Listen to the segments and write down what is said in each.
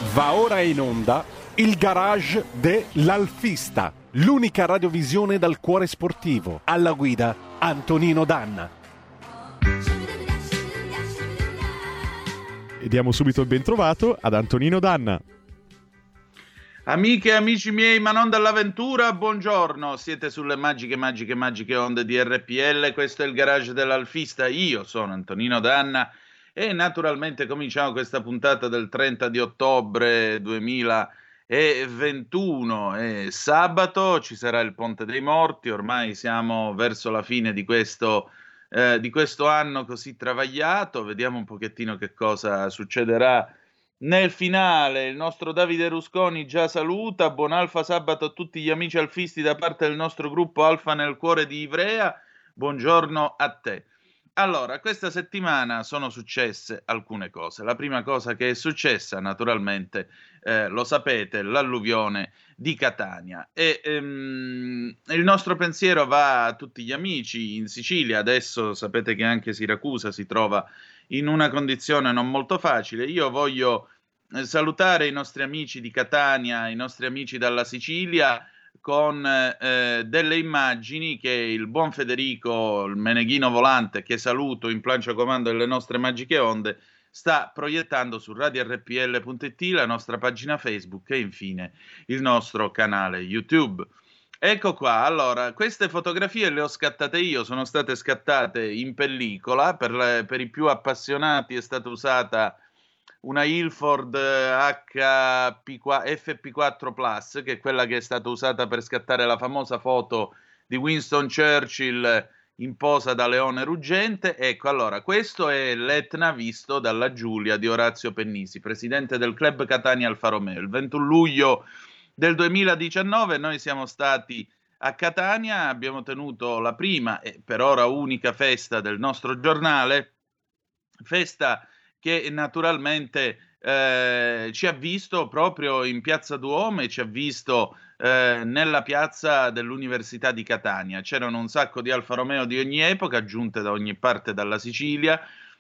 Va ora in onda il garage dell'Alfista, l'unica radiovisione dal cuore sportivo. Alla guida Antonino Danna. E diamo subito il bentrovato ad Antonino Danna. Amiche e amici miei, ma non dall'avventura, buongiorno. Siete sulle magiche onde di RPL. Questo è il garage dell'Alfista. Io sono Antonino Danna e naturalmente cominciamo questa puntata del 30 di ottobre 2021. È sabato, ci sarà il Ponte dei Morti. Ormai siamo verso la fine di questo anno così travagliato. Vediamo un pochettino che cosa succederà nel finale. Il nostro Davide Rusconi già saluta. Buon Alfa sabato a tutti gli amici alfisti da parte del nostro gruppo Alfa nel cuore di Ivrea. Buongiorno a te. Allora, questa settimana sono successe alcune cose. La prima cosa che è successa, naturalmente, lo sapete, l'alluvione di Catania. Il nostro pensiero va a tutti gli amici in Sicilia. Adesso sapete che anche Siracusa si trova in una condizione non molto facile. Io voglio salutare i nostri amici di Catania, i nostri amici dalla Sicilia, con delle immagini che il buon Federico, il Meneghino volante, che saluto in plancia comando delle nostre magiche onde, sta proiettando su radiorpl.it, la nostra pagina Facebook e infine il nostro canale YouTube. Ecco qua, allora, queste fotografie le ho scattate io, sono state scattate in pellicola, per i più appassionati è stata usata una Ilford FP4 Plus, che è quella che è stata usata per scattare la famosa foto di Winston Churchill in posa da leone ruggente. Ecco, allora, questo è l'Etna visto dalla Giulia di Orazio Pennisi, presidente del Club Catania Alfa Romeo. Il 21 luglio del 2019 noi siamo stati a Catania, abbiamo tenuto la prima e per ora unica festa del nostro giornale, festa che naturalmente ci ha visto proprio in Piazza Duomo e ci ha visto nella piazza dell'Università di Catania. C'erano un sacco di Alfa Romeo di ogni epoca, giunte da ogni parte dalla Sicilia,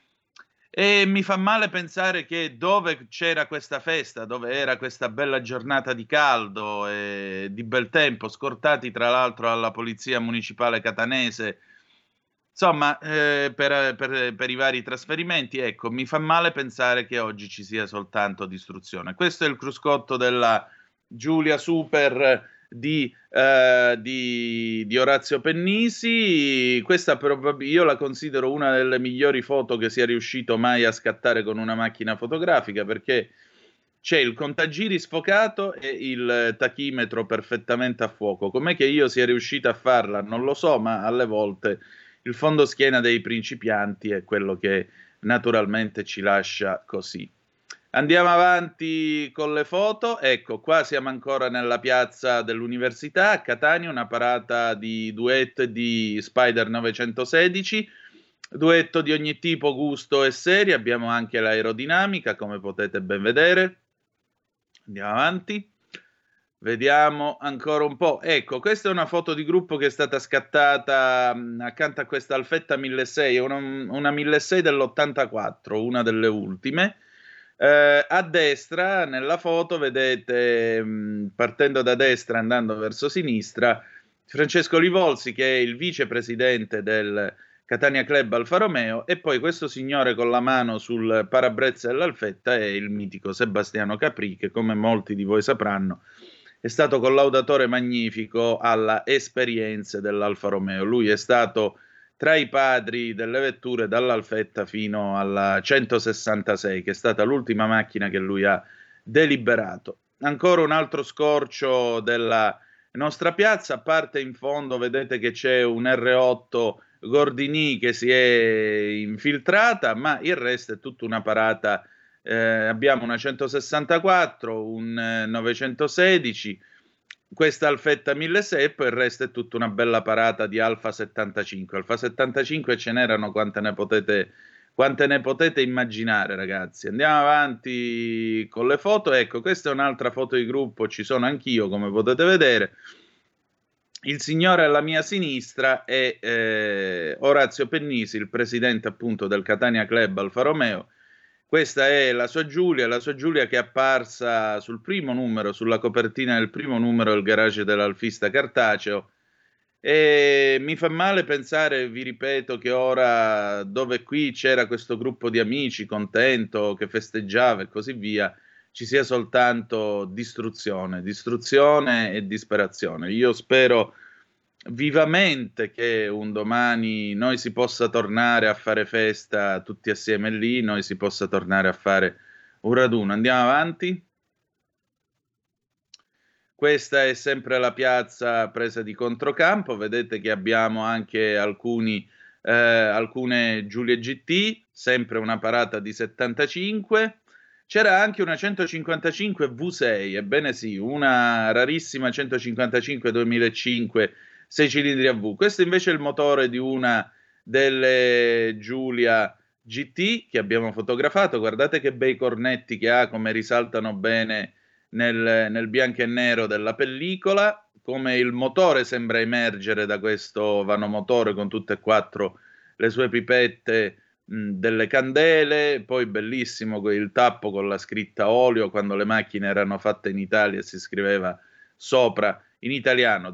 e mi fa male pensare che dove c'era questa festa, dove era questa bella giornata di caldo e di bel tempo, scortati tra l'altro alla Polizia Municipale Catanese, insomma, per i vari trasferimenti, ecco, mi fa male pensare che oggi ci sia soltanto distruzione. Questo è il cruscotto della Giulia Super di Orazio Pennisi. Questa io la considero una delle migliori foto che sia riuscito mai a scattare con una macchina fotografica, perché c'è il contagiri sfocato e il tachimetro perfettamente a fuoco. Com'è che io sia riuscito a farla? Non lo so, ma alle volte il fondoschiena dei principianti è quello che naturalmente ci lascia così. Andiamo avanti con le foto. Ecco, qua siamo ancora nella piazza dell'Università a Catania, una parata di duetto di Spider 916, duetto di ogni tipo, gusto e serie. Abbiamo anche l'aerodinamica, come potete ben vedere. Andiamo avanti. Vediamo ancora un po'. Ecco, questa è una foto di gruppo che è stata scattata accanto a questa Alfetta 1600, una 1600 dell'84, una delle ultime. A destra, nella foto, vedete, partendo da destra, andando verso sinistra, Francesco Livolsi, che è il vicepresidente del Catania Club Alfa Romeo, e poi questo signore con la mano sul parabrezza dell'Alfetta è il mitico Sebastiano Capri, che come molti di voi sapranno è stato collaudatore magnifico alla esperienze dell'Alfa Romeo. Lui è stato tra i padri delle vetture dall'Alfetta fino alla 166, che è stata l'ultima macchina che lui ha deliberato. Ancora un altro scorcio della nostra piazza, a parte in fondo vedete che c'è un R8 Gordini che si è infiltrata, ma il resto è tutta una parata. Abbiamo una 164, un 916, questa Alfetta 1600 e poi il resto è tutta una bella parata di Alfa 75. Alfa 75 ce n'erano quante ne potete immaginare, ragazzi. Andiamo avanti con le foto. Ecco, questa è un'altra foto di gruppo, ci sono anch'io, come potete vedere. Il signore alla mia sinistra è Orazio Pennisi, il presidente appunto del Catania Club Alfa Romeo. Questa è la sua Giulia che è apparsa sul primo numero, sulla copertina del primo numero del Garage dell'Alfista cartaceo. E mi fa male pensare, vi ripeto, che ora, dove qui c'era questo gruppo di amici contento, che festeggiava e così via, ci sia soltanto distruzione e disperazione. Io spero vivamente che un domani noi si possa tornare a fare festa tutti assieme lì, noi si possa tornare a fare un raduno. Andiamo avanti. Questa è sempre la piazza presa di controcampo, vedete che abbiamo anche alcune Giulie GT, sempre una parata di 75. C'era anche una 155 V6, ebbene sì, una rarissima 155 2005 6 cilindri a V. Questo invece è il motore di una delle Giulia GT che abbiamo fotografato. Guardate che bei cornetti che ha, come risaltano bene nel bianco e nero della pellicola, come il motore sembra emergere da questo vanomotore con tutte e quattro le sue pipette delle candele, poi bellissimo il tappo con la scritta olio quando le macchine erano fatte in Italia e si scriveva sopra in italiano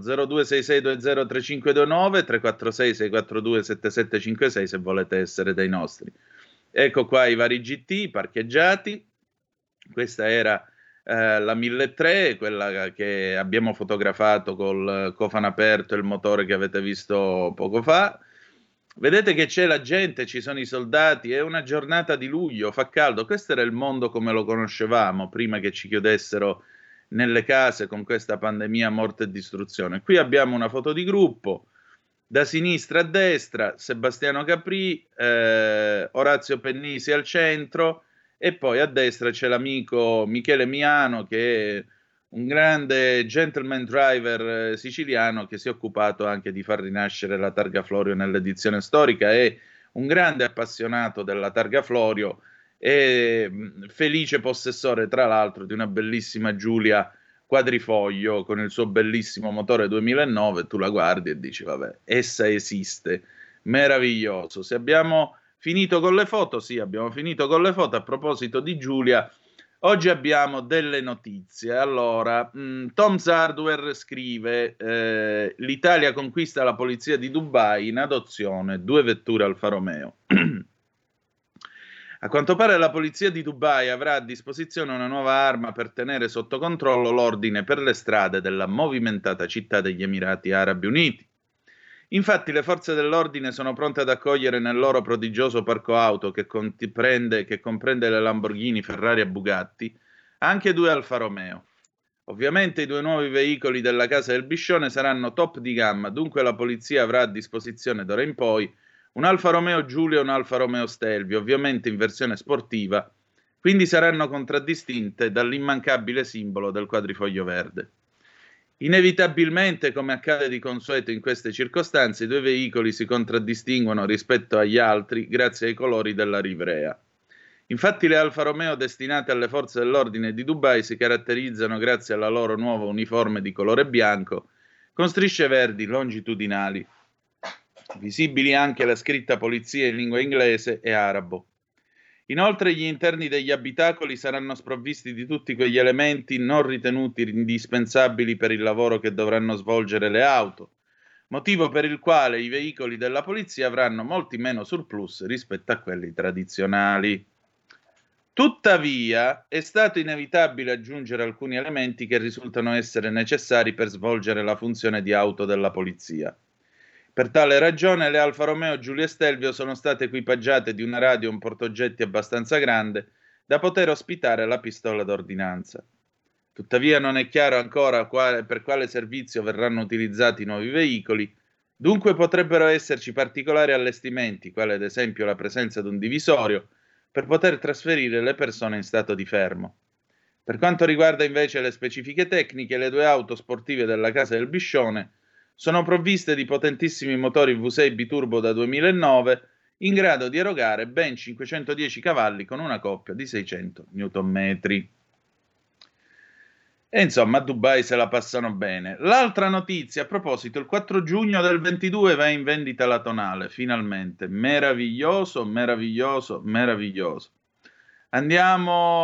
0266203529 346 642 7756 se volete essere dei nostri. Ecco qua i vari GT parcheggiati. Questa era la 1300, quella che abbiamo fotografato col cofano aperto e il motore che avete visto poco fa. Vedete che c'è la gente, ci sono i soldati, è una giornata di luglio, fa caldo. Questo era il mondo come lo conoscevamo prima che ci chiudessero nelle case con questa pandemia, morte e distruzione. Qui abbiamo una foto di gruppo, da sinistra a destra Sebastiano Capri, Orazio Pennisi al centro, e poi a destra c'è l'amico Michele Miano, che è un grande gentleman driver siciliano che si è occupato anche di far rinascere la Targa Florio nell'edizione storica. È un grande appassionato della Targa Florio e felice possessore, tra l'altro, di una bellissima Giulia quadrifoglio con il suo bellissimo motore 2009. Tu la guardi e dici, vabbè, essa esiste, meraviglioso. Se abbiamo finito con le foto, sì, abbiamo finito con le foto. A proposito di Giulia, oggi abbiamo delle notizie. Allora, Tom's Hardware scrive: l'Italia conquista la polizia di Dubai in adozione 2 vetture Alfa Romeo. A quanto pare la polizia di Dubai avrà a disposizione una nuova arma per tenere sotto controllo l'ordine per le strade della movimentata città degli Emirati Arabi Uniti. Infatti le forze dell'ordine sono pronte ad accogliere nel loro prodigioso parco auto che comprende le Lamborghini, Ferrari e Bugatti, anche 2 Alfa Romeo. Ovviamente i 2 nuovi veicoli della Casa del Biscione saranno top di gamma, dunque la polizia avrà a disposizione d'ora in poi un Alfa Romeo Giulia e un Alfa Romeo Stelvio, ovviamente in versione sportiva, quindi saranno contraddistinte dall'immancabile simbolo del quadrifoglio verde. Inevitabilmente, come accade di consueto in queste circostanze, i 2 veicoli si contraddistinguono rispetto agli altri grazie ai colori della livrea. Infatti le Alfa Romeo destinate alle forze dell'ordine di Dubai si caratterizzano grazie alla loro nuova uniforme di colore bianco con strisce verdi longitudinali, visibili anche la scritta polizia in lingua inglese e arabo. Inoltre gli interni degli abitacoli saranno sprovvisti di tutti quegli elementi non ritenuti indispensabili per il lavoro che dovranno svolgere le auto, motivo per il quale i veicoli della polizia avranno molti meno surplus rispetto a quelli tradizionali. Tuttavia, è stato inevitabile aggiungere alcuni elementi che risultano essere necessari per svolgere la funzione di auto della polizia. Per tale ragione le Alfa Romeo Giulia e Stelvio sono state equipaggiate di una radio e un portaoggetti abbastanza grande da poter ospitare la pistola d'ordinanza. Tuttavia non è chiaro ancora per quale servizio verranno utilizzati i nuovi veicoli, dunque potrebbero esserci particolari allestimenti, quale ad esempio la presenza di un divisorio, per poter trasferire le persone in stato di fermo. Per quanto riguarda invece le specifiche tecniche, le 2 auto sportive della Casa del Biscione sono provviste di potentissimi motori V6 biturbo da 2009 in grado di erogare ben 510 cavalli con una coppia di 600 Nm. E insomma, a Dubai se la passano bene. L'altra notizia, a proposito, il 4 giugno del 22 va in vendita la Tonale, finalmente. Meraviglioso, meraviglioso, meraviglioso. Andiamo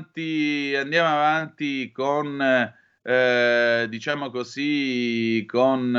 avanti con, diciamo così, con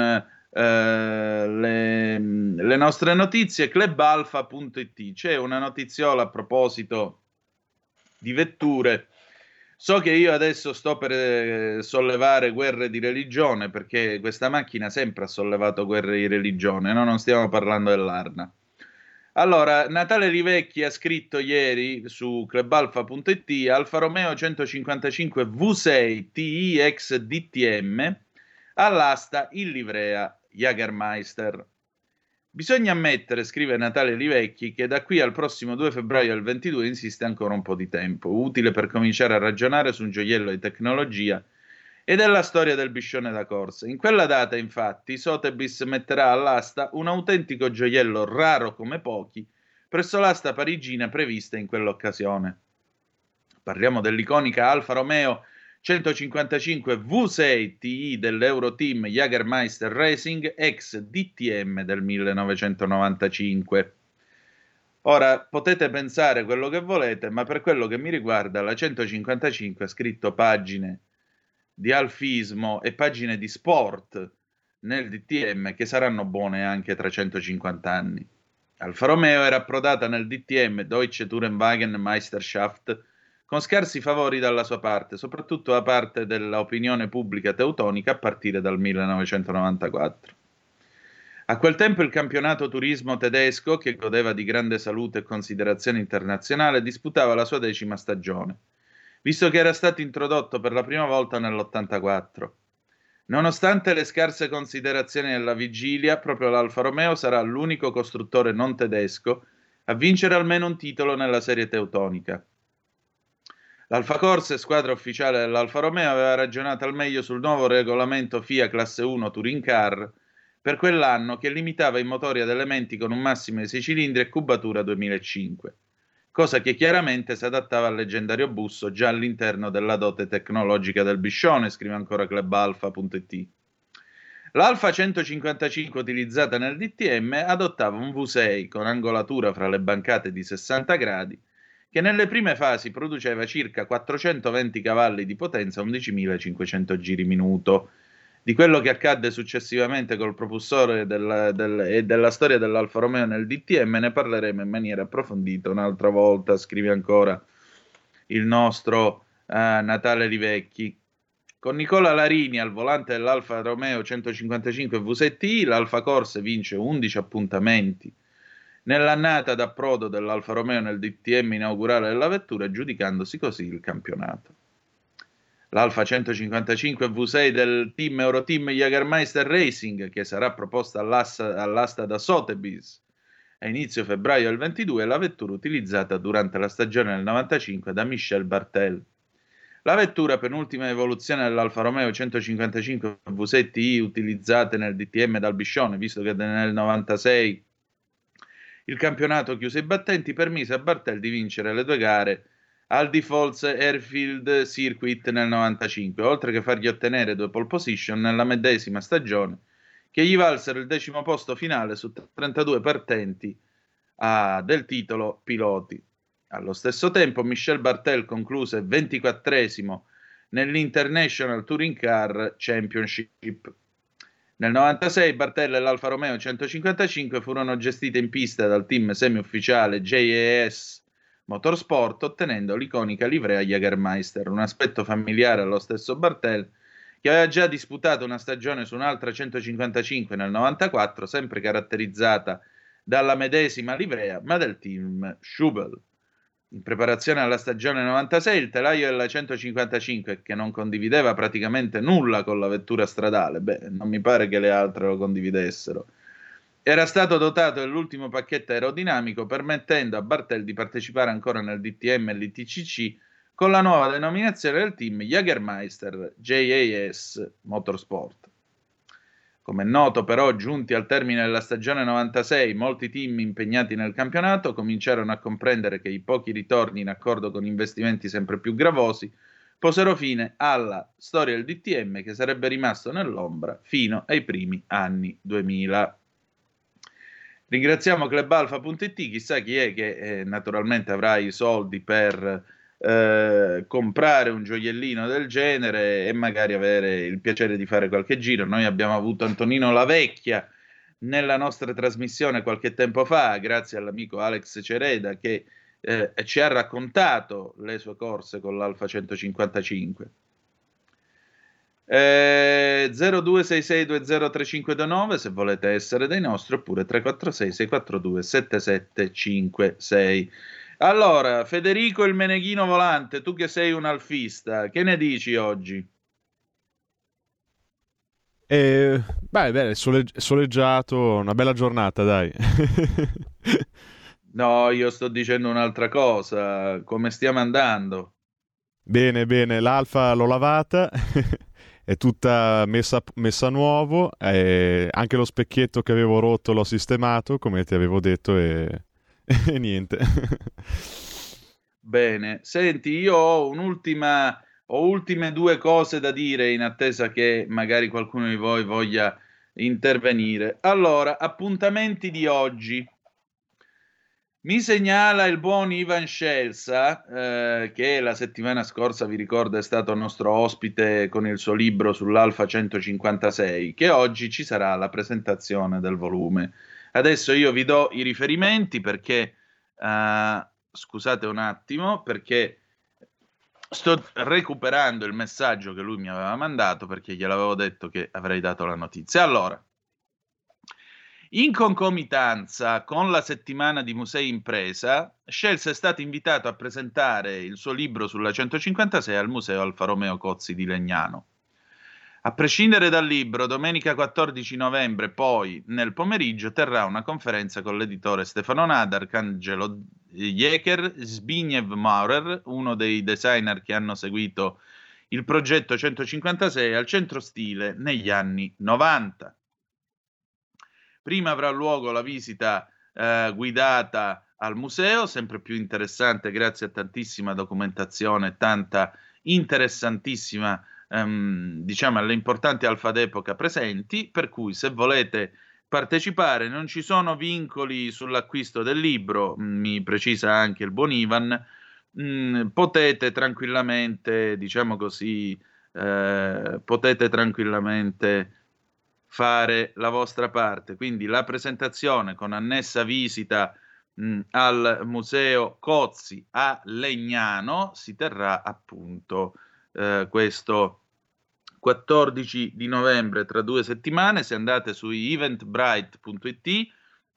le nostre notizie. Clubalfa.it, c'è una notiziola a proposito di vetture. So che io adesso sto per sollevare guerre di religione, perché questa macchina sempre ha sollevato guerre di religione, no? Non stiamo parlando dell'Arna. Allora, Natale Livecchi ha scritto ieri su clubalfa.it: Alfa Romeo 155 V6 TIX DTM all'asta in livrea Jagermeister. Bisogna ammettere, scrive Natale Livecchi, che da qui al prossimo 2 febbraio del 22 insiste ancora un po' di tempo, utile per cominciare a ragionare su un gioiello di tecnologia e della storia del biscione da corsa. In quella data, infatti, Sotheby's metterà all'asta un autentico gioiello raro come pochi presso l'asta parigina prevista in quell'occasione. Parliamo dell'iconica Alfa Romeo 155 V6 TI dell'Euroteam Jagermeister Racing ex DTM del 1995. Ora, potete pensare quello che volete, ma per quello che mi riguarda la 155 ha scritto pagine di alfismo e pagine di sport nel DTM che saranno buone anche tra 150 anni. Alfa Romeo era approdata nel DTM Deutsche Tourenwagen Meisterschaft con scarsi favori dalla sua parte, soprattutto da parte dell'opinione pubblica teutonica a partire dal 1994. A quel tempo il campionato turismo tedesco, che godeva di grande salute e considerazione internazionale, disputava la sua 10ª stagione, visto che era stato introdotto per la prima volta nell'84. Nonostante le scarse considerazioni della vigilia, proprio l'Alfa Romeo sarà l'unico costruttore non tedesco a vincere almeno un titolo nella serie teutonica. L'Alfa Corse, squadra ufficiale dell'Alfa Romeo, aveva ragionato al meglio sul nuovo regolamento FIA Classe 1 Touring Car per quell'anno, che limitava i motori ad elementi con un massimo di 6 cilindri e cubatura 2005, cosa che chiaramente si adattava al leggendario busso già all'interno della dote tecnologica del biscione, scrive ancora clubalfa.it. L'Alfa 155 utilizzata nel DTM adottava un V6 con angolatura fra le bancate di 60 gradi, che nelle prime fasi produceva circa 420 cavalli di potenza a 11.500 giri minuto. Di quello che accadde successivamente col propulsore e della storia dell'Alfa Romeo nel DTM ne parleremo in maniera approfondita un'altra volta, scrive ancora il nostro Natale Livecchi. Con Nicola Larini al volante dell'Alfa Romeo 155 V7i, l'Alfa Corse vince 11 appuntamenti nell'annata d'approdo dell'Alfa Romeo nel DTM inaugurale della vettura, aggiudicandosi così il campionato. L'Alfa 155 V6 del team Euroteam Jagermeister Racing, che sarà proposta all'asta da Sotheby's a inizio febbraio del 22, è la vettura utilizzata durante la stagione del 95 da Michel Bartel. La vettura, penultima evoluzione dell'Alfa Romeo 155 V7i utilizzate nel DTM dal Biscione, visto che nel 96 il campionato chiuse i battenti, permise a Bartel di vincere le 2 gare al Defaults Airfield Circuit nel 95, oltre che fargli ottenere 2 pole position nella medesima stagione, che gli valsero il 10° posto finale su 32 partenti del titolo piloti. Allo stesso tempo Michel Bartel concluse 24esimo nell'International Touring Car Championship. Nel 96 Bartel e l'Alfa Romeo 155 furono gestite in pista dal team semi-ufficiale JAS Motorsport, ottenendo l'iconica livrea Jagermeister, un aspetto familiare allo stesso Bartel, che aveva già disputato una stagione su un'altra 155 nel 94, sempre caratterizzata dalla medesima livrea, ma del team Schubel. In preparazione alla stagione 96, il telaio della 155, che non condivideva praticamente nulla con la vettura stradale, non mi pare che le altre lo condividessero, era stato dotato dell'ultimo pacchetto aerodinamico, permettendo a Bartel di partecipare ancora nel DTM e l'ITCC con la nuova denominazione del team Jagermeister JAS Motorsport. Come è noto, però, giunti al termine della stagione 96, molti team impegnati nel campionato cominciarono a comprendere che i pochi ritorni in accordo con investimenti sempre più gravosi posero fine alla storia del DTM, che sarebbe rimasto nell'ombra fino ai primi anni 2000. Ringraziamo clubalfa.it, chissà chi è che naturalmente avrà i soldi per comprare un gioiellino del genere e magari avere il piacere di fare qualche giro. Noi abbiamo avuto Antonino La Vecchia nella nostra trasmissione qualche tempo fa, grazie all'amico Alex Cereda che ci ha raccontato le sue corse con l'Alfa 155. 0266203529 se volete essere dei nostri, oppure 346 642 7756. Allora, Federico il Meneghino Volante, tu che sei un alfista, che ne dici oggi? Beh, soleggiato, una bella giornata, dai. No, io sto dicendo un'altra cosa, come stiamo andando? Bene, bene, l'Alfa l'ho lavata, è tutta messa a nuovo, anche lo specchietto che avevo rotto l'ho sistemato, come ti avevo detto, e niente. Bene, senti, io ho ultime due cose da dire in attesa che magari qualcuno di voi voglia intervenire. Allora, appuntamenti di oggi. Mi segnala il buon Ivan Scelsa, che la settimana scorsa, vi ricordo, è stato nostro ospite con il suo libro sull'Alfa 156, che oggi ci sarà la presentazione del volume. Adesso io vi do i riferimenti perché, scusate un attimo, perché sto recuperando il messaggio che lui mi aveva mandato, perché gliel'avevo detto che avrei dato la notizia. Allora, in concomitanza con la settimana di Musei Impresa, Scelsa è stato invitato a presentare il suo libro sulla 156 al Museo Alfa Romeo Cozzi di Legnano. A prescindere dal libro, domenica 14 novembre, poi, nel pomeriggio, terrà una conferenza con l'editore Stefano Nadar, Angelo Jeker, Zbigniew Maurer, uno dei designer che hanno seguito il progetto 156 al centro stile negli anni 90. Prima avrà luogo la visita guidata al museo, sempre più interessante grazie a tantissima documentazione, tanta interessantissima, diciamo, alle importanti alfa d'epoca presenti, per cui se volete partecipare non ci sono vincoli sull'acquisto del libro, mi precisa anche il buon Ivan, potete tranquillamente, diciamo così, potete tranquillamente fare la vostra parte, quindi la presentazione con annessa visita al Museo Cozzi a Legnano si terrà appunto questo 14 di novembre, tra 2 settimane. Se andate su eventbrite.it,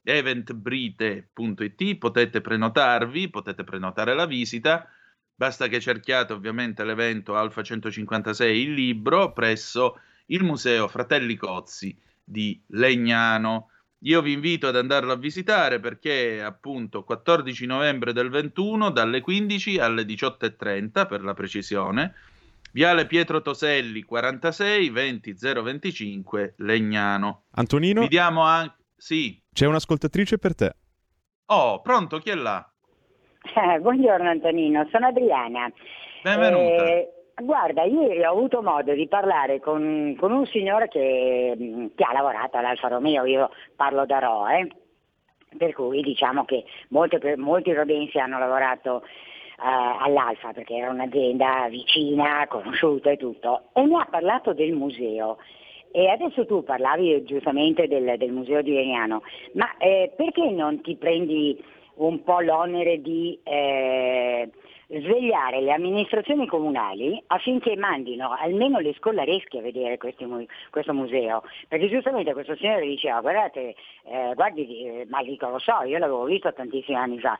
potete prenotarvi, potete prenotare la visita, basta che cerchiate ovviamente l'evento Alfa 156 il libro presso il Museo Fratelli Cozzi di Legnano. Io vi invito ad andarlo a visitare perché appunto 14 novembre del 21 dalle 15 alle 18:30 per la precisione, Viale Pietro Toselli 46 20 025 Legnano. Antonino, Vi diamo anche... Sì. c'è un'ascoltatrice per te. Oh, pronto, chi è là? Buongiorno Antonino, sono Adriana. Benvenuta. Guarda, ieri ho avuto modo di parlare con un signore che ha lavorato all'Alfa Romeo, io parlo da Rho, per cui diciamo che molti rodensi hanno lavorato all'Alfa perché era un'azienda vicina, conosciuta e tutto, e mi ha parlato del museo. E adesso tu parlavi giustamente del museo di Legnano, ma perché non ti prendi un po' l'onere di svegliare le amministrazioni comunali affinché mandino almeno le scolaresche a vedere questo museo? Perché giustamente questo signore diceva guardate, ma dico lo so, io l'avevo visto tantissimi anni fa,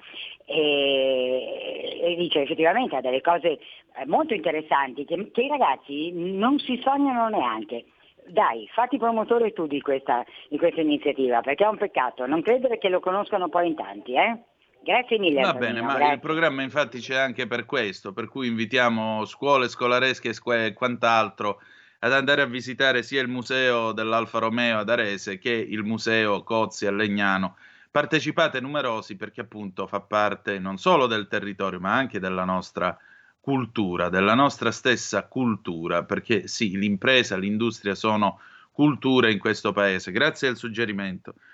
e dice effettivamente ha delle cose molto interessanti che i ragazzi non si sognano neanche. Dai, fatti promotore tu di questa iniziativa, perché è un peccato non credere che lo conoscano poi in tanti, Grazie mille. Va Antonino, bene, ma grazie. il programma infatti c'è anche per questo, per cui invitiamo scuole, scolaresche e quant'altro ad andare a visitare sia il museo dell'Alfa Romeo ad Arese che il museo Cozzi a Legnano. Partecipate numerosi perché appunto fa parte non solo del territorio ma anche della nostra cultura, della nostra stessa cultura, perché sì, l'impresa, l'industria sono culture in questo paese. Grazie al suggerimento.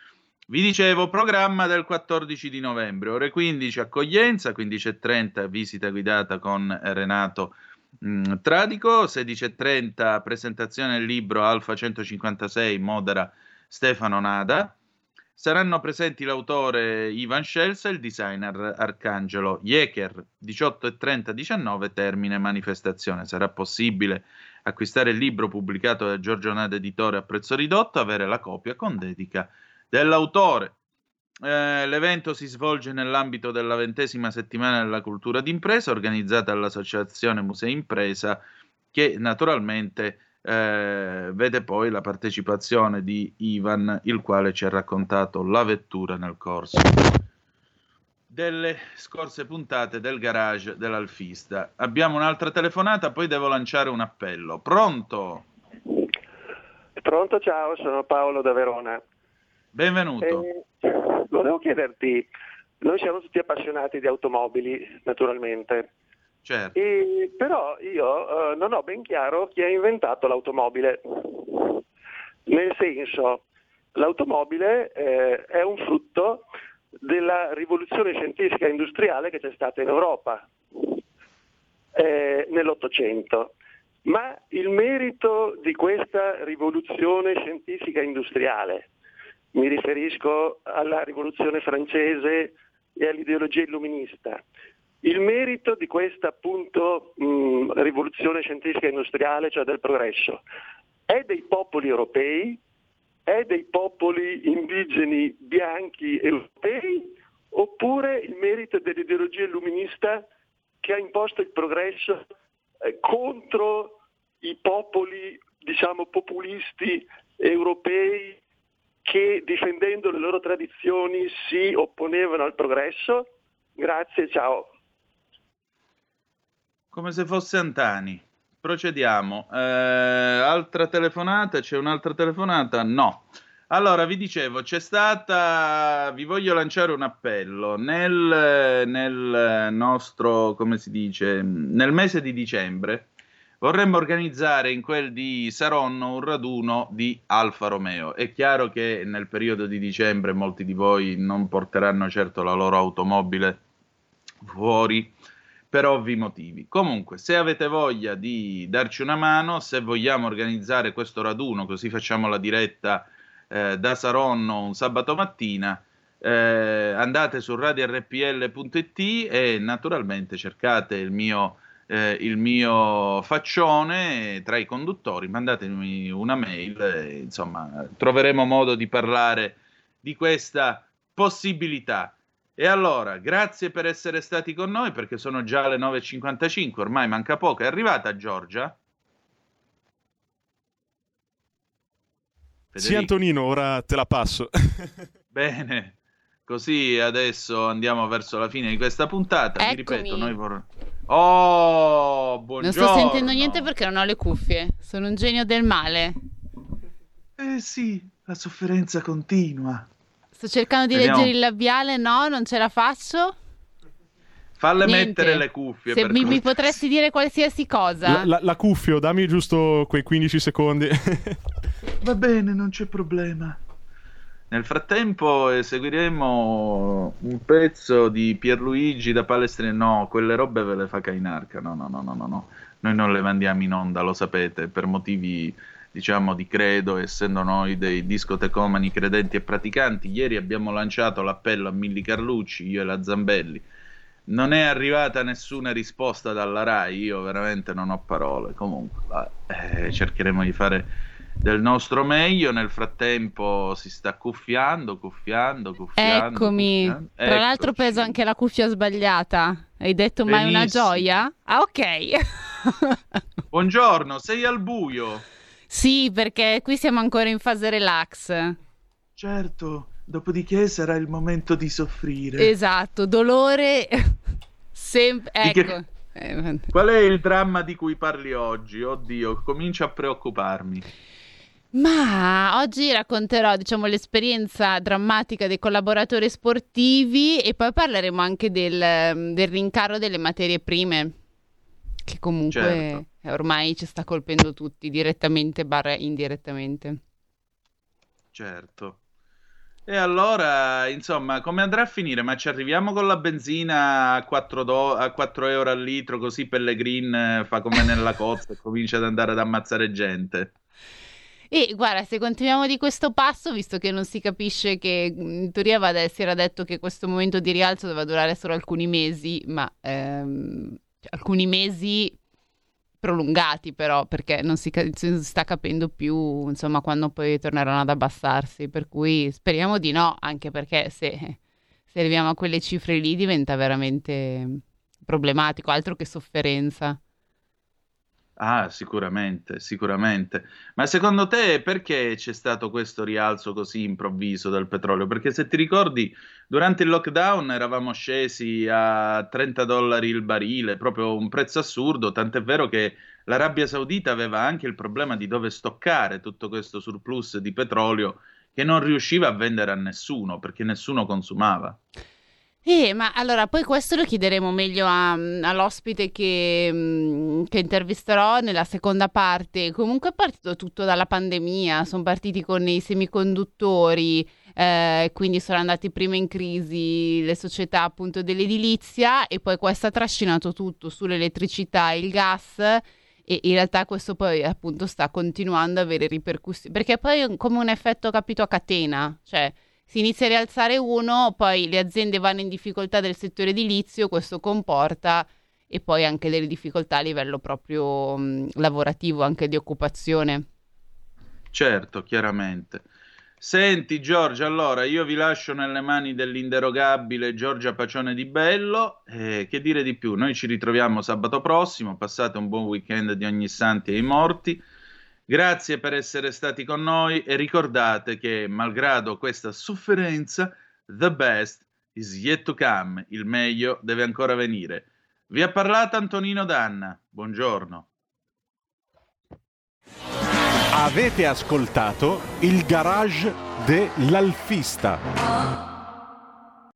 Vi dicevo, programma del 14 di novembre, ore 15 accoglienza, 15:30 visita guidata con Renato Tradico, 16:30 presentazione del libro Alfa 156, modera Stefano Nada. Saranno presenti l'autore Ivan Scelsa e il designer Arcangelo Jeker. 18:30-19 termine manifestazione. Sarà possibile acquistare il libro pubblicato da Giorgio Nada Editore a prezzo ridotto, avere la copia con dedica dell'autore. L'evento si svolge nell'ambito della 20ª settimana della cultura d'impresa organizzata dall'Associazione Musei Impresa, che naturalmente vede poi la partecipazione di Ivan, il quale ci ha raccontato l'avventura nel corso delle scorse puntate del garage dell'Alfista. Abbiamo un'altra telefonata, poi devo lanciare un appello. Pronto? Pronto, ciao, sono Paolo da Verona. Benvenuto. Volevo chiederti, noi siamo tutti appassionati di automobili, naturalmente. Certo. Però io non ho ben chiaro chi ha inventato l'automobile. Nel senso, l'automobile è un frutto della rivoluzione scientifica e industriale che c'è stata in Europa nell'Ottocento. Ma il merito di questa rivoluzione scientifica e industriale, mi riferisco alla rivoluzione francese e all'ideologia illuminista, il merito di questa appunto rivoluzione scientifica e industriale, cioè del progresso, è dei popoli europei, è dei popoli indigeni bianchi europei, oppure il merito dell'ideologia illuminista che ha imposto il progresso contro i popoli, diciamo, populisti europei che, difendendo le loro tradizioni, si opponevano al progresso? Grazie, ciao. Come se fosse Antani. Procediamo. Altra telefonata? C'è un'altra telefonata? No. Allora, vi dicevo, vi voglio lanciare un appello. Nel nostro, come si dice, nel mese di dicembre vorremmo organizzare in quel di Saronno un raduno di Alfa Romeo. È chiaro che nel periodo di dicembre molti di voi non porteranno certo la loro automobile fuori per ovvi motivi. Comunque, se avete voglia di darci una mano, se vogliamo organizzare questo raduno, così facciamo la diretta da Saronno un sabato mattina, andate su radiorpl.it e naturalmente cercate il mio faccione tra i conduttori, mandatemi una mail, insomma troveremo modo di parlare di questa possibilità. E allora, grazie per essere stati con noi, perché sono già le 9:55, ormai manca poco. È arrivata Giorgia? Sì, Antonino, ora te la passo. Bene, così adesso andiamo verso la fine di questa puntata. Eccomi. Vi ripeto, noi Oh, buongiorno. Non sto sentendo niente perché non ho le cuffie. Sono un genio del male. Sì, la sofferenza continua. Sto cercando di leggere il labiale, no, non ce la faccio. Falle Niente. mettere le cuffie. Se mi potresti dire qualsiasi cosa. La cuffio, dammi giusto quei 15 secondi. Va bene, non c'è problema. Nel frattempo eseguiremo un pezzo di Pierluigi da Palestrina. No, quelle robe ve le fa Cainarca. No. Noi non le mandiamo in onda, lo sapete, per motivi, diciamo, di credo, essendo noi dei discotecomani credenti e praticanti. Ieri abbiamo lanciato l'appello a Milli Carlucci, io e la Zambelli. Non è arrivata nessuna risposta dalla Rai, io veramente non ho parole. Comunque, cercheremo di fare del nostro meglio. Nel frattempo si sta cuffiando. Eccomi. Tra l'altro ho preso anche la cuffia sbagliata. Hai detto mai una gioia? Ah, ok. Buongiorno, sei al buio? Sì, perché qui siamo ancora in fase relax. Certo, dopodiché sarà il momento di soffrire. Esatto, dolore sempre. Ecco. Qual è il dramma di cui parli oggi? Oddio, comincio a preoccuparmi. Ma oggi racconterò, diciamo, l'esperienza drammatica dei collaboratori sportivi e poi parleremo anche del rincaro delle materie prime, che comunque ormai ci sta colpendo tutti, direttamente / indirettamente. Certo. E allora, insomma, come andrà a finire? Ma ci arriviamo con la benzina a 4 euro al litro, così Pellegrin fa come nella cozza e comincia ad andare ad ammazzare gente? E guarda, se continuiamo di questo passo, visto che non si capisce che in teoria si era detto che questo momento di rialzo doveva durare solo alcuni mesi, ma alcuni mesi prolungati però, perché non si sta capendo più, insomma, quando poi torneranno ad abbassarsi, per cui speriamo di no, anche perché se arriviamo a quelle cifre lì diventa veramente problematico, altro che sofferenza. Ah, sicuramente, sicuramente. Ma secondo te perché c'è stato questo rialzo così improvviso del petrolio? Perché se ti ricordi, durante il lockdown eravamo scesi a $30 il barile, proprio un prezzo assurdo, tant'è vero che l'Arabia Saudita aveva anche il problema di dove stoccare tutto questo surplus di petrolio che non riusciva a vendere a nessuno, perché nessuno consumava. Ma allora poi questo lo chiederemo meglio all'ospite che intervisterò nella seconda parte. Comunque è partito tutto dalla pandemia, sono partiti con i semiconduttori, quindi sono andati prima in crisi le società appunto dell'edilizia e poi questo ha trascinato tutto sull'elettricità e il gas e in realtà questo poi appunto sta continuando ad avere ripercussioni, perché poi è come un effetto capito a catena, cioè si inizia a rialzare uno, poi le aziende vanno in difficoltà del settore edilizio, questo comporta e poi anche delle difficoltà a livello proprio lavorativo, anche di occupazione. Certo, chiaramente. Senti Giorgia, allora io vi lascio nelle mani dell'inderogabile Giorgia Pacione di Bello. Che dire di più? Noi ci ritroviamo sabato prossimo, passate un buon weekend di Ognissanti e i Morti. Grazie per essere stati con noi e ricordate che, malgrado questa sofferenza, the best is yet to come, il meglio deve ancora venire. Vi ha parlato Antonino Danna, buongiorno. Avete ascoltato il garage dell'Alfista.